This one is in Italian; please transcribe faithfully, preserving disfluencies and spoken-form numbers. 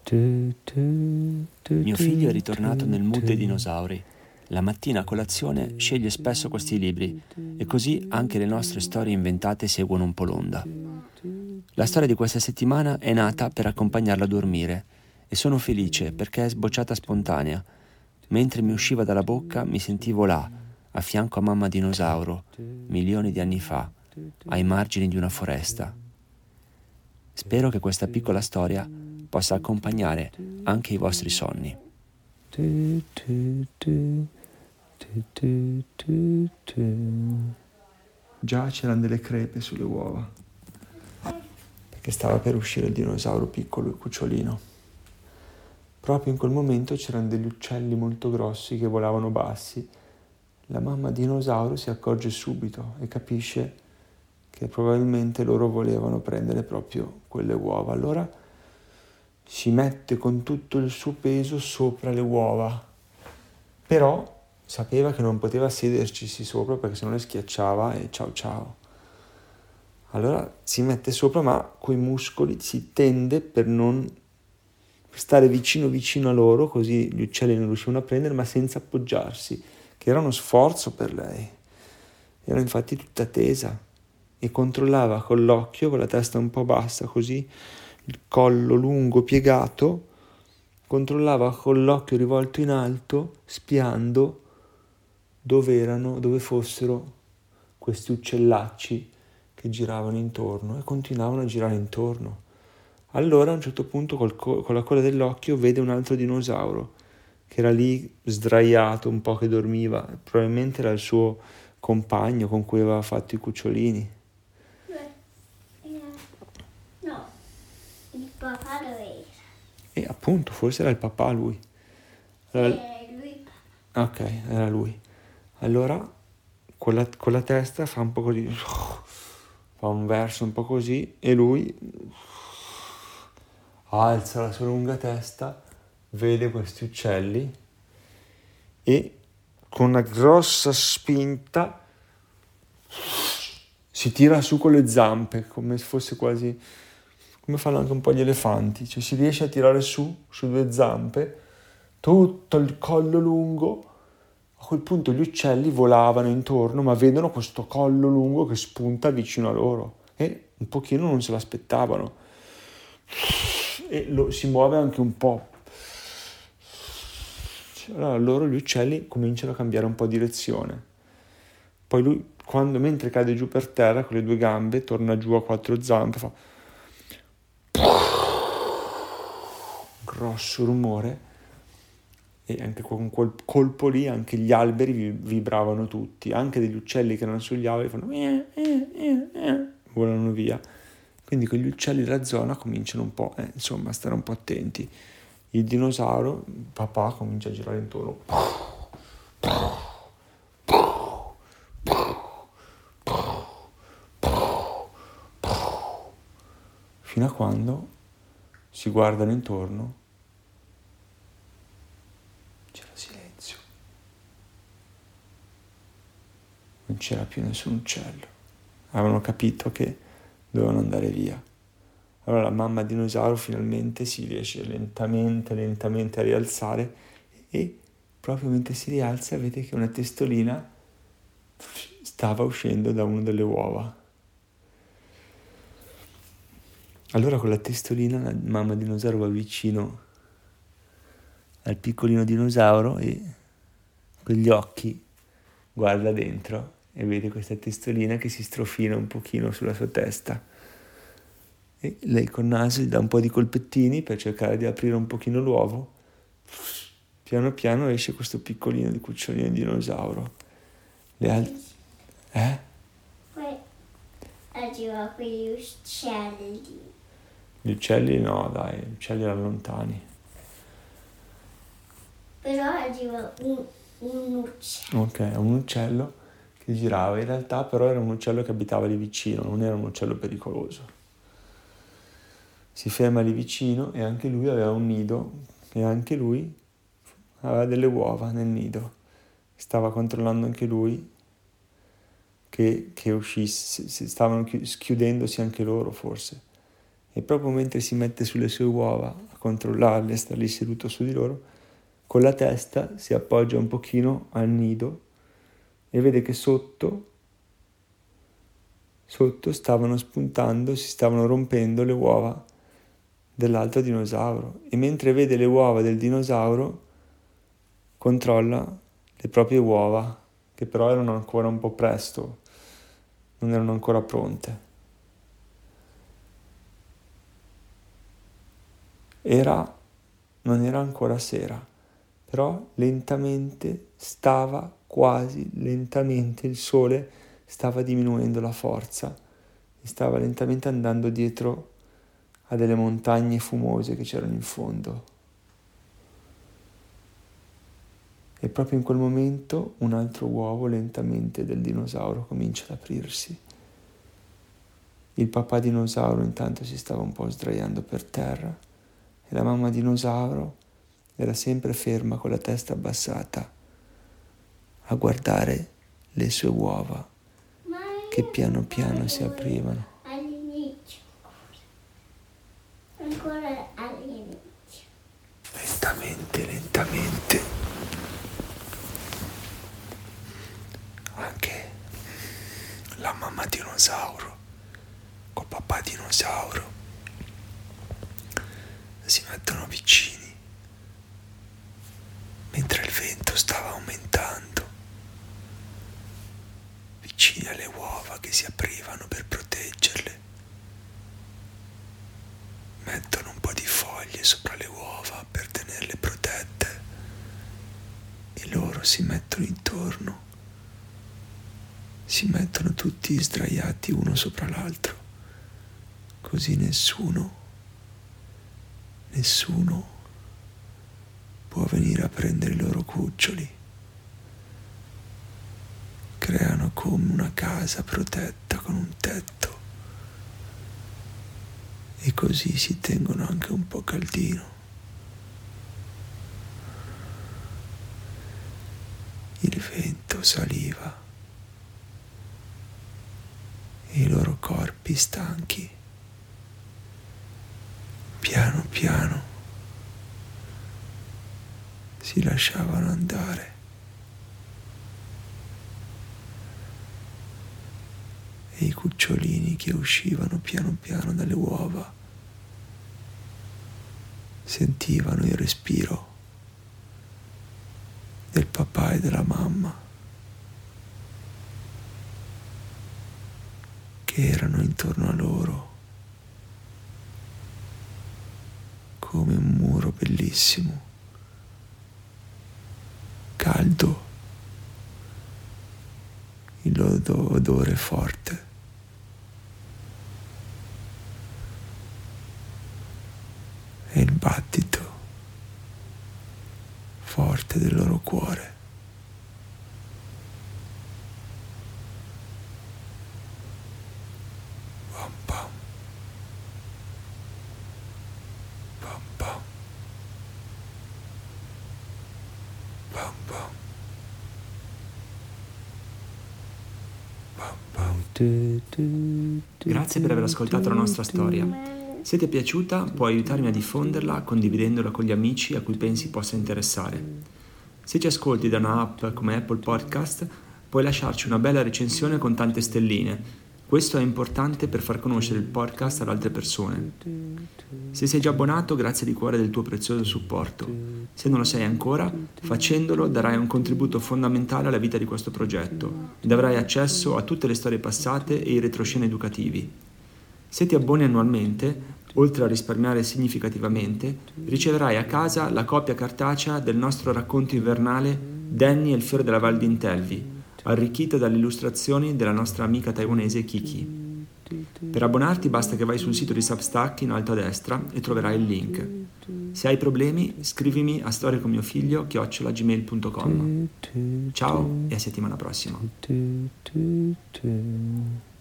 Mio figlio è ritornato nel mood dei dinosauri. La mattina a colazione sceglie spesso questi libri e così anche le nostre storie inventate seguono un po' l'onda. La storia di questa settimana è nata per accompagnarla a dormire e sono felice perché è sbocciata spontanea. Mentre mi usciva dalla bocca mi sentivo là, a fianco a mamma dinosauro, milioni di anni fa, ai margini di una foresta. Spero che questa piccola storia possa accompagnare anche i vostri sonni. Già c'erano delle crepe sulle uova, perché stava per uscire il dinosauro piccolo e cucciolino. Proprio in quel momento c'erano degli uccelli molto grossi che volavano bassi. La mamma dinosauro si accorge subito e capisce che probabilmente loro volevano prendere proprio quelle uova. Allora si mette con tutto il suo peso sopra le uova, però sapeva che non poteva sederci sopra perché sennò le schiacciava e ciao ciao. Allora si mette sopra, ma coi muscoli si tende per non stare vicino vicino a loro, così gli uccelli non riuscivano a prendere, ma senza appoggiarsi, che era uno sforzo per lei. Era infatti tutta tesa e controllava con l'occhio, con la testa un po' bassa, così il collo lungo piegato, controllava con l'occhio rivolto in alto, spiando dove erano, dove fossero questi uccellacci che giravano intorno e continuavano a girare intorno. Allora a un certo punto col co- con la coda dell'occhio vede un altro dinosauro che era lì sdraiato, un po' che dormiva, probabilmente era il suo compagno con cui aveva fatto i cucciolini. No, il papà dove era? E appunto, forse era il papà lui. Allora, Eh, lui. ok, era lui. Allora con la, con la testa fa un po' così, fa un verso un po' così e lui alza la sua lunga testa, vede questi uccelli e con una grossa spinta si tira su con le zampe, come se fosse quasi, come fanno anche un po' gli elefanti, cioè si riesce a tirare su, su due zampe, tutto il collo lungo. A quel punto gli uccelli volavano intorno, ma vedono questo collo lungo che spunta vicino a loro e un pochino non se l'aspettavano. E lo, si muove anche un po'. Allora loro, gli uccelli, cominciano a cambiare un po' direzione. Poi lui, quando, mentre cade giù per terra con le due gambe, torna giù a quattro zampe, fa grosso rumore. E anche con quel colpo lì anche gli alberi vibravano tutti, anche degli uccelli che erano sugli alberi fanno eh, eh, eh, eh, volano via. Quindi quegli uccelli della zona cominciano un po', eh, insomma, a stare un po' attenti. Il dinosauro, papà, comincia a girare intorno. Fino a quando si guardano intorno. C'era silenzio. Non c'era più nessun uccello. Avevano capito che dovevano andare via. Allora la mamma dinosauro finalmente si riesce lentamente, lentamente a rialzare e proprio mentre si rialza vede che una testolina stava uscendo da una delle uova. Allora con la testolina la mamma dinosauro va vicino al piccolino dinosauro e con gli occhi guarda dentro e vede questa testolina che si strofina un pochino sulla sua testa. E lei col naso gli dà un po' di colpettini per cercare di aprire un pochino l'uovo. Piano piano esce questo piccolino di cucciolino di dinosauro. Le altre... Eh? Poi arriva quegli uccelli. Gli uccelli no, dai, gli uccelli erano lontani. Però arriva un, un uccello. Ok, un uccello che girava. In realtà però era un uccello che abitava lì vicino, non era un uccello pericoloso. Si ferma lì vicino e anche lui aveva un nido e anche lui aveva delle uova nel nido. Stava controllando anche lui che, che uscisse, stavano chiudendosi anche loro forse. E proprio mentre si mette sulle sue uova a controllarli e star lì seduto su di loro, con la testa si appoggia un pochino al nido e vede che sotto, sotto stavano spuntando, si stavano rompendo le uova dell'altro dinosauro, e mentre vede le uova del dinosauro controlla le proprie uova, che però erano ancora un po' presto, non erano ancora pronte. Era, non era ancora sera, però lentamente stava, quasi lentamente, il sole stava diminuendo la forza e stava lentamente andando dietro a delle montagne fumose che c'erano in fondo. E proprio in quel momento un altro uovo lentamente del dinosauro comincia ad aprirsi. Il papà dinosauro intanto si stava un po' sdraiando per terra e la mamma dinosauro era sempre ferma con la testa abbassata a guardare le sue uova che piano piano si aprivano. All'inizio. Ancora all'inizio. Lentamente, lentamente. Anche la mamma dinosauro col papà dinosauro si mettono vicini mentre il vento stava aumentando, vicini alle uova che si aprivano per proteggerle. Mettono un po' di foglie sopra le uova per tenerle protette e loro si mettono intorno. Si mettono tutti sdraiati uno sopra l'altro, così nessuno, nessuno può venire a prendere i loro cuccioli. Creano come una casa protetta con un tetto e così si tengono anche un po' caldino. Il vento saliva e i loro corpi stanchi, piano piano, si lasciavano andare. E i cucciolini che uscivano piano piano dalle uova sentivano il respiro del papà e della mamma, che erano intorno a loro come un muro bellissimo, caldo, il loro odore forte. E il battito forte del loro cuore. Pam pam. Pam pam. Pam pam. Pam pam. Grazie per aver ascoltato la nostra storia. Se ti è piaciuta, puoi aiutarmi a diffonderla condividendola con gli amici a cui pensi possa interessare. Se ci ascolti da un'app come Apple Podcast, puoi lasciarci una bella recensione con tante stelline. Questo è importante per far conoscere il podcast ad altre persone. Se sei già abbonato, grazie di cuore del tuo prezioso supporto. Se non lo sei ancora, facendolo darai un contributo fondamentale alla vita di questo progetto ed avrai accesso a tutte le storie passate e i retroscena educativi. Se ti abboni annualmente, oltre a risparmiare significativamente, riceverai a casa la copia cartacea del nostro racconto invernale Danny e il fiore della Val d'Intelvi, arricchito dalle illustrazioni della nostra amica taiwanese Kiki. Per abbonarti basta che vai sul sito di Substack in alto a destra e troverai il link. Se hai problemi, scrivimi a storiecomiofiglio chiocciola gmail punto com. Ciao e a settimana prossima.